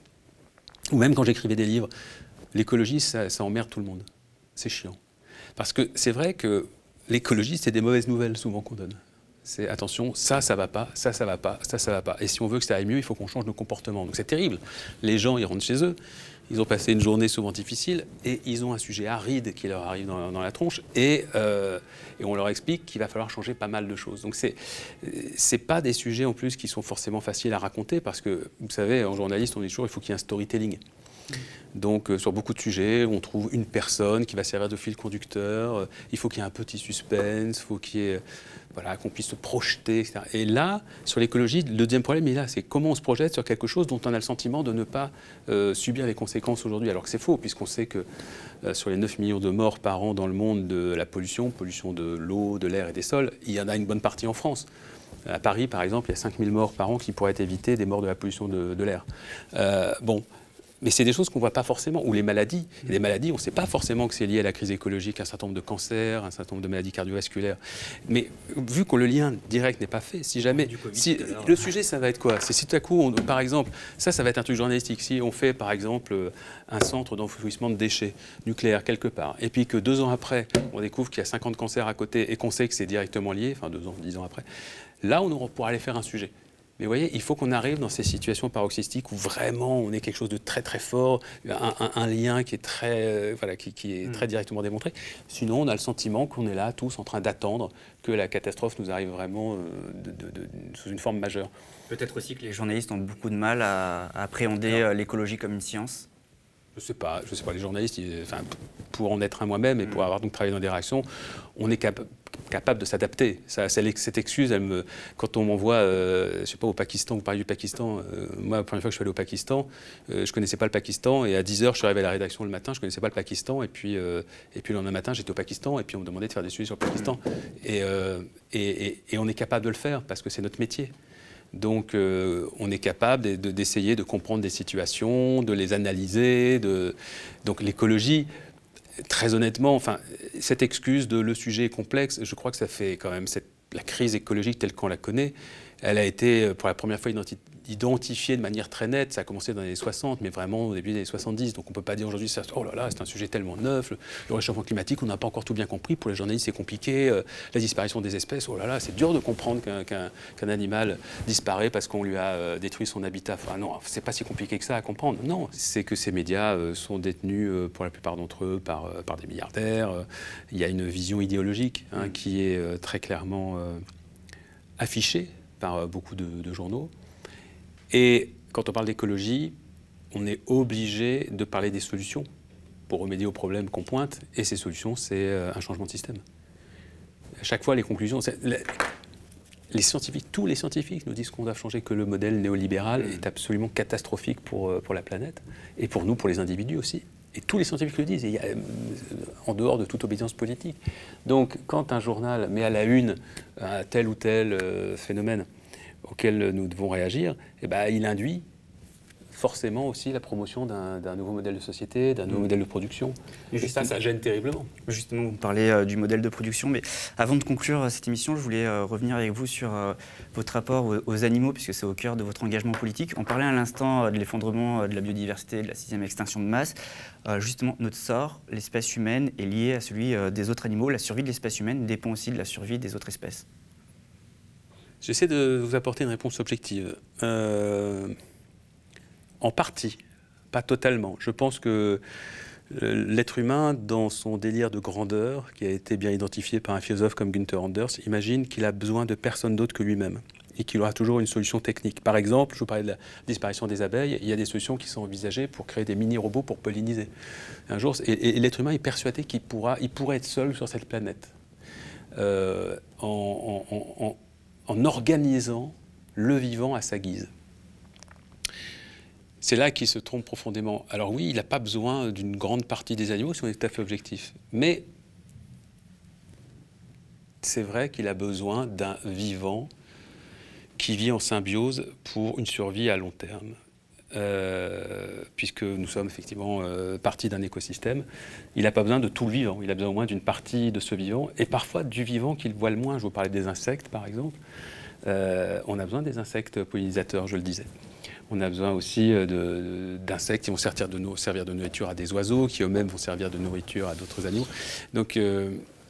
ou même quand j'écrivais des livres, l'écologie, ça, ça emmerde tout le monde. C'est chiant. Parce que c'est vrai que l'écologie, c'est des mauvaises nouvelles souvent qu'on donne. C'est attention, ça, ça va pas, ça, ça va pas, ça, ça va pas. Et si on veut que ça aille mieux, il faut qu'on change nos comportements. Donc c'est terrible. Les gens, ils rentrent chez eux, ils ont passé une journée souvent difficile et ils ont un sujet aride qui leur arrive dans, dans la tronche et, euh, et on leur explique qu'il va falloir changer pas mal de choses. Donc c'est, c'est pas des sujets en plus qui sont forcément faciles à raconter parce que, vous savez, en journaliste, on dit toujours il faut qu'il y ait un storytelling. Donc euh, sur beaucoup de sujets, on trouve une personne qui va servir de fil conducteur, euh, il faut qu'il y ait un petit suspense, il faut qu'il y ait, voilà, qu'on puisse se projeter, et cetera. Et là, sur l'écologie, le deuxième problème est là, c'est comment on se projette sur quelque chose dont on a le sentiment de ne pas euh, subir les conséquences aujourd'hui, alors que c'est faux, puisqu'on sait que euh, sur les neuf millions de morts par an dans le monde de la pollution, pollution de l'eau, de l'air et des sols, il y en a une bonne partie en France. À Paris, par exemple, il y a cinq mille morts par an qui pourraient être évitées des morts de la pollution de, de l'air. Euh, bon. Mais c'est des choses qu'on ne voit pas forcément. Ou les maladies. Et les maladies, on ne sait pas forcément que c'est lié à la crise écologique, un certain nombre de cancers, un certain nombre de maladies cardiovasculaires. Mais vu que le lien direct n'est pas fait, si jamais... Si, le sujet, ça va être quoi? C'est si tout à coup, on, par exemple, ça, ça va être un truc journalistique. Si on fait, par exemple, un centre d'enfouissement de déchets nucléaires quelque part, et puis que deux ans après, on découvre qu'il y a cinquante cancers à côté et qu'on sait que c'est directement lié, enfin deux ans, dix ans après, là, on pourra aller faire un sujet. Mais vous voyez, il faut qu'on arrive dans ces situations paroxystiques où vraiment on est quelque chose de très très fort, un, un, un lien qui est, très, euh, voilà, qui, qui est mmh. très directement démontré. Sinon, on a le sentiment qu'on est là tous en train d'attendre que la catastrophe nous arrive vraiment euh, de, de, de, sous une forme majeure. Peut-être aussi que les journalistes ont beaucoup de mal à, à appréhender Alors, l'écologie comme une science. Je ne sais pas, je sais pas, les journalistes, ils, enfin, pour en être un moi-même et pour avoir donc travaillé dans des réactions, on est capable capable de s'adapter. Ça, cette excuse, elle me, quand on m'envoie, euh, je sais pas, au Pakistan, vous parlez du Pakistan, euh, moi, la première fois que je suis allé au Pakistan, euh, je connaissais pas le Pakistan, et à dix heures, je suis arrivé à la rédaction le matin, je connaissais pas le Pakistan, et puis, euh, et puis le lendemain matin, j'étais au Pakistan, et puis on me demandait de faire des sujets sur le Pakistan. Et, euh, et, et, et on est capable de le faire, parce que c'est notre métier. Donc, euh, on est capable de, de, d'essayer de comprendre des situations, de les analyser. De... Donc, l'écologie, très honnêtement, enfin, cette excuse de le sujet est complexe, je crois que ça fait quand même cette, la crise écologique telle qu'on la connaît, elle a été pour la première fois identi- identifiée de manière très nette. Ça a commencé dans les années soixante, mais vraiment au début des années soixante-dix. Donc on ne peut pas dire aujourd'hui, oh là là, c'est un sujet tellement neuf, le, le réchauffement climatique, on n'a pas encore tout bien compris. Pour les journalistes, c'est compliqué. Euh, la disparition des espèces, oh là là, c'est dur de comprendre qu'un, qu'un, qu'un animal disparaît parce qu'on lui a euh, détruit son habitat. Enfin non, c'est pas si compliqué que ça à comprendre. Non, c'est que ces médias euh, sont détenus euh, pour la plupart d'entre eux par, euh, par des milliardaires. Euh, il y a une vision idéologique hein, mmh. qui est euh, très clairement euh, affichée par beaucoup de, de journaux. Et quand on parle d'écologie, on est obligé de parler des solutions pour remédier aux problèmes qu'on pointe. Et ces solutions, c'est un changement de système. À chaque fois, les conclusions... Les scientifiques, tous les scientifiques nous disent qu'on doit changer, que le modèle néolibéral mmh. est absolument catastrophique pour, pour la planète, et pour nous, pour les individus aussi. Et tous les scientifiques le disent, et il y a, en dehors de toute obédience politique. Donc, quand un journal met à la une un tel ou tel euh, phénomène auquel nous devons réagir, eh ben, il induit forcément aussi la promotion d'un, d'un nouveau modèle de société, d'un nouveau mmh. modèle de production. Et, et ça, ça gêne terriblement. Justement, vous parlez euh, du modèle de production, mais avant de conclure euh, cette émission, je voulais euh, revenir avec vous sur euh, votre rapport aux, aux animaux, puisque c'est au cœur de votre engagement politique. On parlait à l'instant euh, de l'effondrement euh, de la biodiversité, de la sixième extinction de masse. Euh, justement, notre sort, l'espèce humaine, est lié à celui euh, des autres animaux. La survie de l'espèce humaine dépend aussi de la survie des autres espèces. J'essaie de vous apporter une réponse objective. Euh... En partie, pas totalement. Je pense que l'être humain, dans son délire de grandeur, qui a été bien identifié par un philosophe comme Günther Anders, imagine qu'il a besoin de personne d'autre que lui-même et qu'il aura toujours une solution technique. Par exemple, je vous parlais de la disparition des abeilles, il y a des solutions qui sont envisagées pour créer des mini-robots pour polliniser. Un jour, et, et l'être humain est persuadé qu'il pourra, il pourrait être seul sur cette planète euh, en, en, en, en organisant le vivant à sa guise. C'est là qu'il se trompe profondément. Alors oui, il n'a pas besoin d'une grande partie des animaux si on est tout à fait objectif. Mais c'est vrai qu'il a besoin d'un vivant qui vit en symbiose pour une survie à long terme. euh, puisque nous sommes effectivement euh, partie d'un écosystème, il n'a pas besoin de tout le vivant, il a besoin au moins d'une partie de ce vivant, et parfois du vivant qu'il voit le moins. Je vous parlais des insectes, par exemple. Euh, on a besoin des insectes pollinisateurs, je le disais. On a besoin aussi de, de, d'insectes qui vont servir de, no- servir de nourriture à des oiseaux, qui eux-mêmes vont servir de nourriture à d'autres animaux. Donc, euh,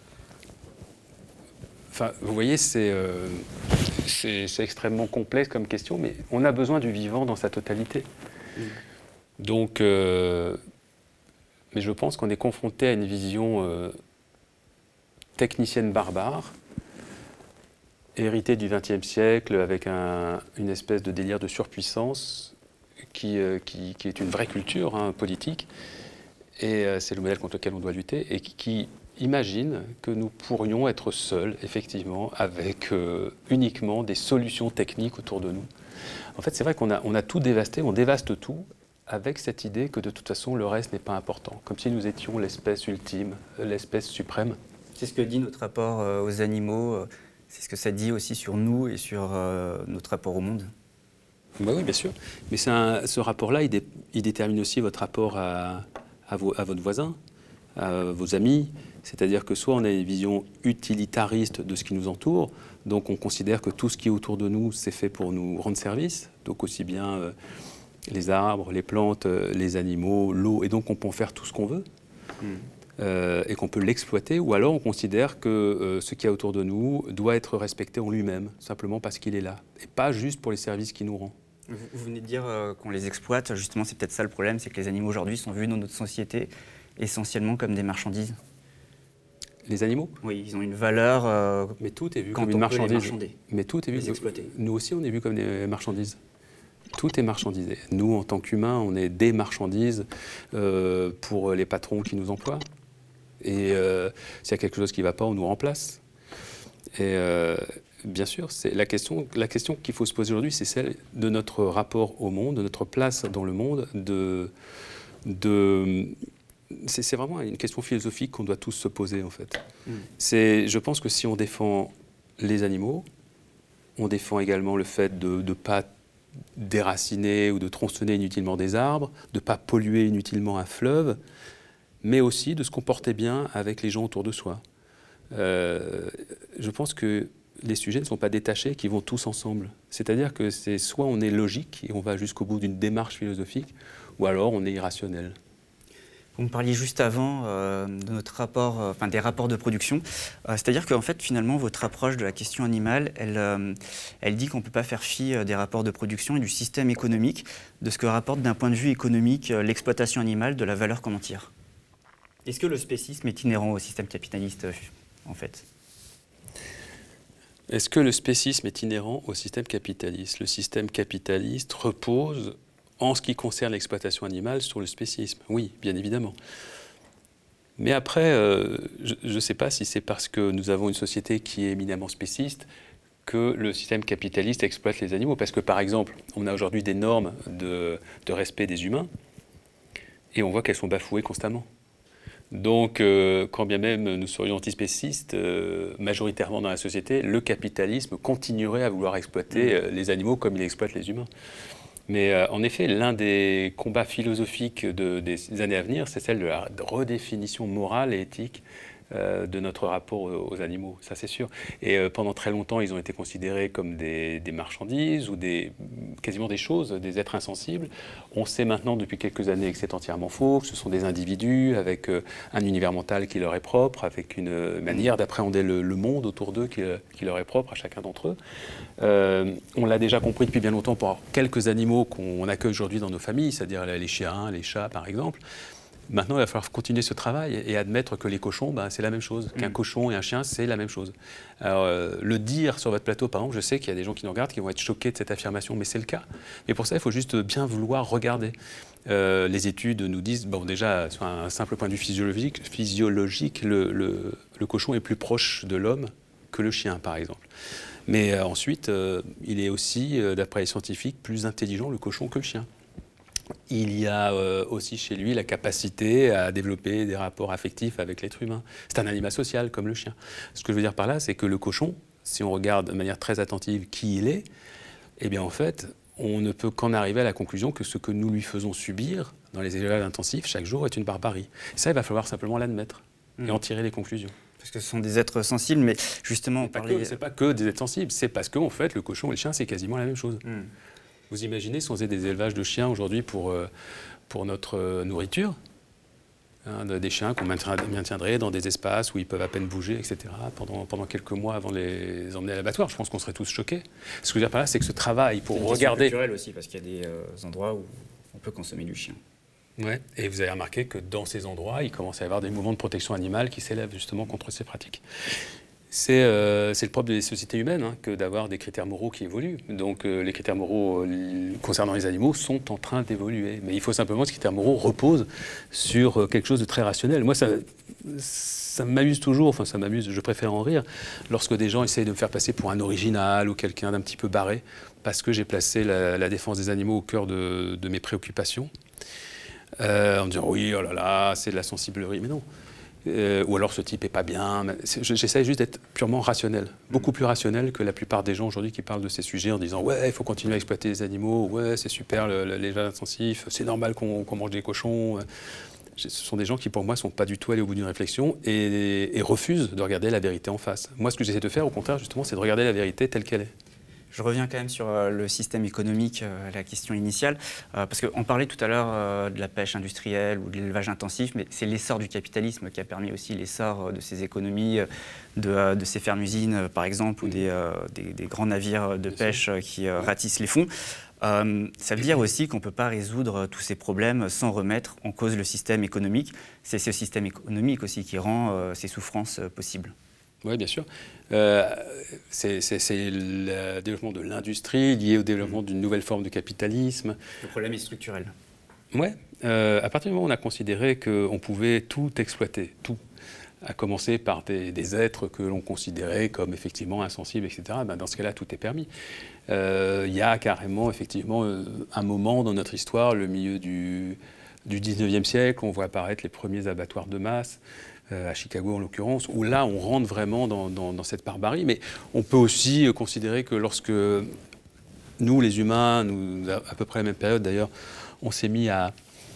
enfin, vous voyez, c'est, euh, c'est, c'est extrêmement complexe comme question, mais on a besoin du vivant dans sa totalité. Mmh. Donc, euh, mais je pense qu'on est confronté à une vision euh, technicienne barbare, hérité du vingtième siècle, avec un, une espèce de délire de surpuissance qui, euh, qui, qui est une vraie culture hein, politique, et euh, c'est le modèle contre lequel on doit lutter, et qui, qui imagine que nous pourrions être seuls, effectivement, avec euh, uniquement des solutions techniques autour de nous. En fait, c'est vrai qu'on a, on a tout dévasté, on dévaste tout, avec cette idée que de toute façon, le reste n'est pas important, comme si nous étions l'espèce ultime, l'espèce suprême. C'est ce que dit notre rapport euh, aux animaux. Euh... C'est ce que ça dit aussi sur nous et sur euh, notre rapport au monde. Bah oui, bien sûr. Mais c'est un, ce rapport-là, il, dé, il détermine aussi votre rapport à, à, vos, à votre voisin, à vos amis. C'est-à-dire que soit on a une vision utilitariste de ce qui nous entoure, donc on considère que tout ce qui est autour de nous, c'est fait pour nous rendre service, donc aussi bien euh, les arbres, les plantes, euh, les animaux, l'eau, et donc on peut en faire tout ce qu'on veut. Mmh. Euh, et qu'on peut l'exploiter, ou alors on considère que euh, ce qu'il y a autour de nous doit être respecté en lui-même, simplement parce qu'il est là, et pas juste pour les services qu'il nous rend. Vous, vous venez de dire euh, qu'on les exploite, justement c'est peut-être ça le problème, c'est que les animaux aujourd'hui sont vus dans notre société essentiellement comme des marchandises. Les animaux ? Oui, ils ont une valeur. Euh, Mais tout est vu comme une marchandise. Mais tout est vu. Les exploiter. Nous aussi on est vu comme des marchandises. Tout est marchandisé. Nous, en tant qu'humains, on est des marchandises euh, pour les patrons qui nous emploient. Et euh, s'il y a quelque chose qui ne va pas, on nous remplace. Et euh, bien sûr, c'est la question, la question qu'il faut se poser aujourd'hui, c'est celle de notre rapport au monde, de notre place dans le monde. De, de, c'est, c'est vraiment une question philosophique qu'on doit tous se poser, en fait. Mmh. C'est, je pense que si on défend les animaux, on défend également le fait de ne pas déraciner ou de tronçonner inutilement des arbres, de ne pas polluer inutilement un fleuve, mais aussi de se comporter bien avec les gens autour de soi. Euh, je pense que les sujets ne sont pas détachés, qu'ils vont tous ensemble. C'est-à-dire que c'est soit on est logique et on va jusqu'au bout d'une démarche philosophique, ou alors on est irrationnel. Vous me parliez juste avant euh, de notre rapport, euh, enfin des rapports de production. Euh, c'est-à-dire qu'en fait, finalement, votre approche de la question animale, elle, euh, elle dit qu'on ne peut pas faire fi des rapports de production et du système économique, de ce que rapporte d'un point de vue économique euh, l'exploitation animale, de la valeur qu'on en tire. Est-ce que le spécisme est inhérent au système capitaliste, en fait ? Est-ce que le spécisme est inhérent au système capitaliste ? Le système capitaliste repose, en ce qui concerne l'exploitation animale, sur le spécisme. Oui, bien évidemment. Mais après, euh, je ne sais pas si c'est parce que nous avons une société qui est éminemment spéciste que le système capitaliste exploite les animaux. Parce que, par exemple, on a aujourd'hui des normes de, de respect des humains, et on voit qu'elles sont bafouées constamment. Donc, euh, quand bien même nous serions antispécistes, euh, majoritairement dans la société, le capitalisme continuerait à vouloir exploiter euh, les animaux comme il exploite les humains. Mais euh, en effet, l'un des combats philosophiques de, des années à venir, c'est celle de la redéfinition morale et éthique euh, de notre rapport aux, aux animaux, ça c'est sûr. Et euh, pendant très longtemps, ils ont été considérés comme des, des marchandises ou des, quasiment des choses, des êtres insensibles. On sait maintenant depuis quelques années que c'est entièrement faux, que ce sont des individus avec euh, un univers mental qui leur est propre, avec une euh, manière d'appréhender le, le monde autour d'eux qui, qui leur est propre à chacun d'entre eux. Euh, on l'a déjà compris depuis bien longtemps pour quelques animaux qu'on accueille aujourd'hui dans nos familles, c'est-à-dire les chiens, les chats par exemple. Maintenant, il va falloir continuer ce travail et admettre que les cochons, ben, c'est la même chose. Qu'un mmh. cochon et un chien, c'est la même chose. Alors, euh, le dire sur votre plateau, par exemple, je sais qu'il y a des gens qui nous regardent qui vont être choqués de cette affirmation, mais c'est le cas. Mais pour ça, il faut juste bien vouloir regarder. Euh, les études nous disent, bon, déjà, sur un simple point de vue physiologique, physiologique le, le, le cochon est plus proche de l'homme que le chien, par exemple. Mais euh, ensuite, euh, il est aussi, euh, d'après les scientifiques, plus intelligent le cochon que le chien. Il y a euh, aussi chez lui la capacité à développer des rapports affectifs avec l'être humain. C'est un animal social comme le chien. Ce que je veux dire par là, c'est que le cochon, si on regarde de manière très attentive qui il est, eh bien en fait, on ne peut qu'en arriver à la conclusion que ce que nous lui faisons subir dans les élevages intensifs chaque jour est une barbarie. Et ça, il va falloir simplement l'admettre mmh. et en tirer les conclusions. Parce que ce sont des êtres sensibles, mais justement... Ce n'est pas, pas que des êtres sensibles, c'est parce qu'en fait, le cochon et le chien, c'est quasiment la même chose. Mmh. Vous imaginez si on faisait des élevages de chiens aujourd'hui pour, euh, pour notre euh, nourriture, hein, des chiens qu'on maintiendrait dans des espaces où ils peuvent à peine bouger, et cetera, pendant, pendant quelques mois avant de les emmener à l'abattoir. Je pense qu'on serait tous choqués. Ce que je veux dire par là, c'est que ce travail pour regarder... C'est culturel aussi, parce qu'il y a des euh, endroits où on peut consommer du chien. Ouais. Et vous avez remarqué que dans ces endroits, il commence à y avoir des mouvements de protection animale qui s'élèvent justement contre ces pratiques. C'est euh, le propre des sociétés humaines hein, que d'avoir des critères moraux qui évoluent. Donc euh, les critères moraux euh, concernant les animaux sont en train d'évoluer. Mais il faut simplement que ces critères moraux reposent sur euh, quelque chose de très rationnel. Moi, ça, ça m'amuse toujours, enfin ça m'amuse, je préfère en rire, lorsque des gens essayent de me faire passer pour un original ou quelqu'un d'un petit peu barré, parce que j'ai placé la, la défense des animaux au cœur de, de mes préoccupations. Euh, en me disant oui, oh là là, c'est de la sensiblerie, mais non. Euh, ou alors ce type est pas bien. J'essaie juste d'être purement rationnel, beaucoup plus rationnel que la plupart des gens aujourd'hui qui parlent de ces sujets en disant ouais, il faut continuer à exploiter les animaux, ouais, c'est super l'élevage intensif, c'est normal qu'on qu'on mange des cochons. Ce sont des gens qui, pour moi, ne sont pas du tout allés au bout d'une réflexion et, et refusent de regarder la vérité en face. Moi, ce que j'essaie de faire, au contraire, justement, c'est de regarder la vérité telle qu'elle est. Je reviens quand même sur euh, le système économique, euh, la question initiale, euh, parce qu'on parlait tout à l'heure euh, de la pêche industrielle ou de l'élevage intensif, mais c'est l'essor du capitalisme qui a permis aussi l'essor euh, de ces économies, euh, de, euh, de ces fermes-usines, euh, par exemple, ou des, euh, des, des grands navires de pêche euh, qui euh, ratissent les fonds. Euh, ça veut dire aussi qu'on ne peut pas résoudre tous ces problèmes sans remettre en cause le système économique. C'est ce système économique aussi qui rend euh, ces souffrances euh, possibles. Oui, bien sûr. Euh, c'est le développement de l'industrie lié au développement d'une nouvelle forme de capitalisme. Le problème est structurel. Oui. Euh, à partir du moment où on a considéré qu'on pouvait tout exploiter, tout, à commencer par des, des êtres que l'on considérait comme effectivement insensibles, et cetera, ben dans ce cas-là, tout est permis. Il euh, y a carrément, effectivement, un moment dans notre histoire, le milieu du, du dix-neuvième siècle, on voit apparaître les premiers abattoirs de masse, Euh, à Chicago en l'occurrence, où là on rentre vraiment dans, dans, dans cette barbarie. Mais on peut aussi euh, considérer que lorsque nous, les humains, nous, à peu près à la même période d'ailleurs, on s'est mis à,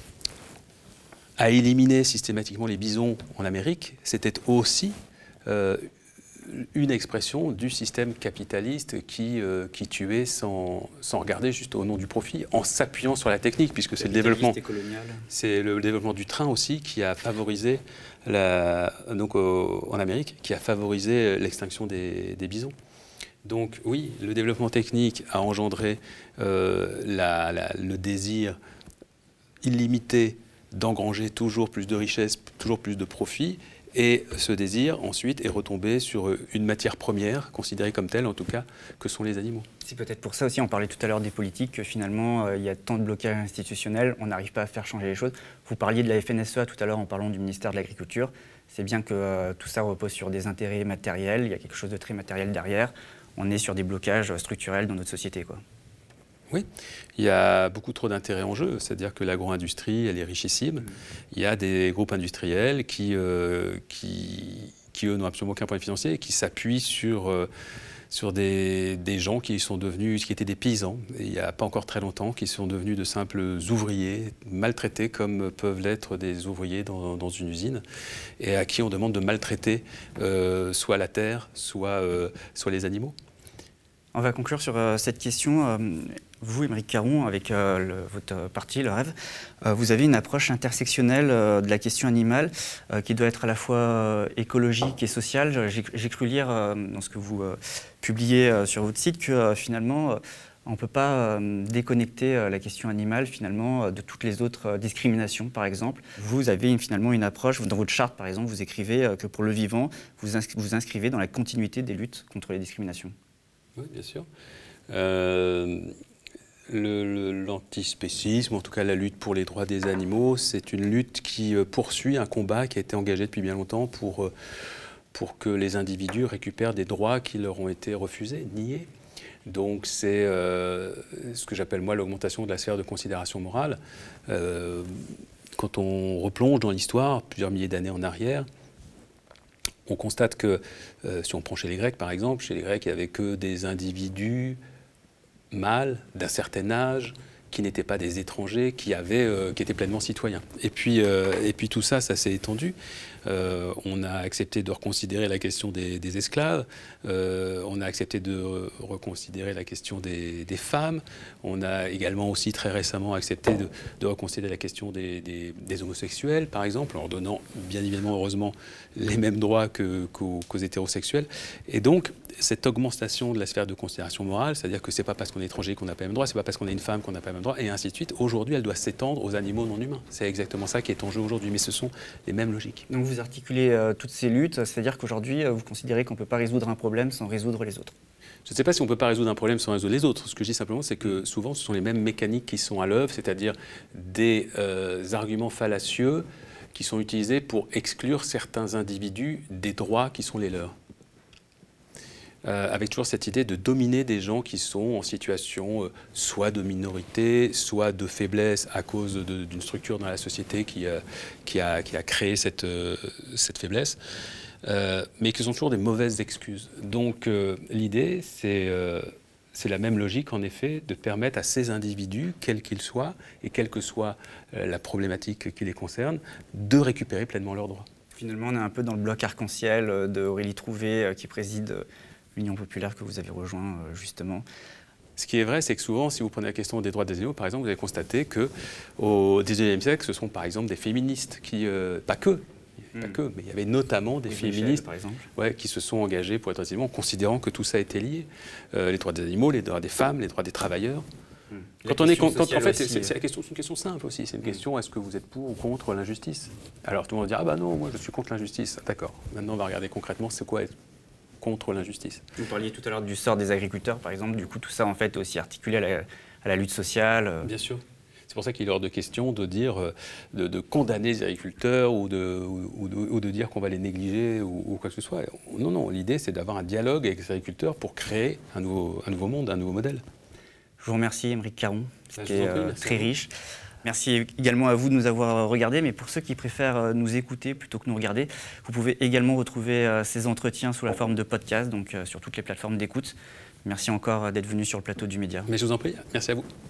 à éliminer systématiquement les bisons en Amérique, c'était aussi euh, une expression du système capitaliste qui, euh, qui tuait sans, sans regarder, juste au nom du profit, en s'appuyant sur la technique, puisque c'est le développement, c'est le développement du train aussi qui a favorisé, la, donc au, en Amérique, qui a favorisé l'extinction des, des bisons. Donc oui, le développement technique a engendré euh, la, la, le désir illimité d'engranger toujours plus de richesses, toujours plus de profits. Et ce désir, ensuite, est retombé sur une matière première, considérée comme telle, en tout cas, que sont les animaux. C'est peut-être pour ça aussi, on parlait tout à l'heure des politiques, que finalement, euh, il y a tant de blocages institutionnels, on n'arrive pas à faire changer les choses. Vous parliez de la F N S E A tout à l'heure en parlant du ministère de l'Agriculture. C'est bien que euh, tout ça repose sur des intérêts matériels, il y a quelque chose de très matériel derrière. On est sur des blocages structurels dans notre société, quoi. Oui, il y a beaucoup trop d'intérêts en jeu, c'est-à-dire que l'agro-industrie, elle est richissime. Il y a des groupes industriels qui, euh, qui, qui eux, n'ont absolument aucun point financier et qui s'appuient sur, euh, sur des, des gens qui sont devenus, qui étaient des paysans, et il n'y a pas encore très longtemps, qui sont devenus de simples ouvriers, maltraités comme peuvent l'être des ouvriers dans, dans une usine, et à qui on demande de maltraiter euh, soit la terre, soit, euh, soit les animaux. On va conclure sur euh, cette question. Euh, vous, Aymeric Caron, avec euh, le, votre parti, le Rêve, euh, vous avez une approche intersectionnelle euh, de la question animale euh, qui doit être à la fois euh, écologique et sociale. J'ai cru lire euh, dans ce que vous euh, publiez euh, sur votre site que euh, finalement, euh, on ne peut pas euh, déconnecter euh, la question animale finalement euh, de toutes les autres euh, discriminations, par exemple. Vous avez une, finalement une approche, dans votre charte par exemple, vous écrivez euh, que pour le vivant, vous inscri vous inscrivez dans la continuité des luttes contre les discriminations. Oui, bien sûr. Euh, L'antispécisme, en tout cas la lutte pour les droits des animaux, c'est une lutte qui euh, poursuit un combat qui a été engagé depuis bien longtemps pour, euh, pour que les individus récupèrent des droits qui leur ont été refusés, niés. Donc c'est euh, ce que j'appelle moi l'augmentation de la sphère de considération morale. Euh, quand on replonge dans l'histoire, plusieurs milliers d'années en arrière, on constate que, euh, si on prend chez les Grecs par exemple, chez les Grecs, il n'y avait que des individus mâles d'un certain âge, qui n'étaient pas des étrangers, qui, avaient, euh, qui étaient pleinement citoyens. Et puis, euh, et puis tout ça, ça s'est étendu. Euh, on a accepté de reconsidérer la question des, des esclaves, euh, on a accepté de re reconsidérer la question des, des femmes, on a également aussi très récemment accepté de, de reconsidérer la question des, des, des homosexuels, par exemple, en leur donnant bien évidemment, heureusement, les mêmes droits que, qu'aux, qu'aux hétérosexuels. Et donc, cette augmentation de la sphère de considération morale, c'est-à-dire que c'est pas parce qu'on est étranger qu'on n'a pas les mêmes droits, c'est pas parce qu'on est une femme qu'on n'a pas les mêmes droits, et ainsi de suite. Aujourd'hui, elle doit s'étendre aux animaux non humains. C'est exactement ça qui est en jeu aujourd'hui, mais ce sont les mêmes logiques. Donc vous articulez euh, toutes ces luttes, c'est-à-dire qu'aujourd'hui, euh, vous considérez qu'on ne peut pas résoudre un problème sans résoudre les autres. Je ne sais pas si on ne peut pas résoudre un problème sans résoudre les autres. Ce que je dis simplement, c'est que souvent, ce sont les mêmes mécaniques qui sont à l'œuvre, c'est-à-dire des euh, arguments fallacieux qui sont utilisés pour exclure certains individus des droits qui sont les leurs. Euh, avec toujours cette idée de dominer des gens qui sont en situation euh, soit de minorité, soit de faiblesse à cause de, d'une structure dans la société qui, euh, qui, a, qui a créé cette, euh, cette faiblesse, euh, mais qui sont toujours des mauvaises excuses. Donc euh, l'idée, c'est, euh, c'est la même logique, en effet, de permettre à ces individus, quels qu'ils soient, et quelle que soit euh, la problématique qui les concerne, de récupérer pleinement leurs droits. Finalement, on est un peu dans le bloc arc-en-ciel d'Aurélie Trouvé, qui préside l'Union populaire que vous avez rejoint justement. Ce qui est vrai, c'est que souvent, si vous prenez la question des droits des animaux, par exemple, vous allez constater qu'au dix-neuvième siècle, ce sont par exemple des féministes qui, euh, pas que, mmh. pas que, mais il y avait notamment des Les féministes Michel, par exemple. Ouais, qui se sont engagés pour être des animaux, en considérant que tout ça était lié. Euh, les droits des animaux, les droits des femmes, les droits des travailleurs. Mmh. Quand on est, quand, quand, en fait, c'est, c'est, la question, c'est une question simple aussi. C'est une mmh. question, est-ce que vous êtes pour ou contre l'injustice? Alors tout le monde va dire, ah bah non, moi je suis contre l'injustice. D'accord. Maintenant, on va regarder concrètement, c'est quoi être contre l'injustice. Vous parliez tout à l'heure du sort des agriculteurs, par exemple. Du coup, tout ça, en fait, est aussi articulé à la, à la lutte sociale. Bien sûr. C'est pour ça qu'il est hors de question de dire, de, de condamner les agriculteurs ou de, ou, ou de, ou de dire qu'on va les négliger ou, ou quoi que ce soit. Non, non. L'idée, c'est d'avoir un dialogue avec les agriculteurs pour créer un nouveau, un nouveau monde, un nouveau modèle. Je vous remercie, Aymeric Caron. C'était euh, très riche. Merci également à vous de nous avoir regardés, mais pour ceux qui préfèrent nous écouter plutôt que nous regarder, vous pouvez également retrouver ces entretiens sous la forme de podcast, donc sur toutes les plateformes d'écoute. Merci encore d'être venu sur le plateau du Média. Mais je vous en prie, merci à vous.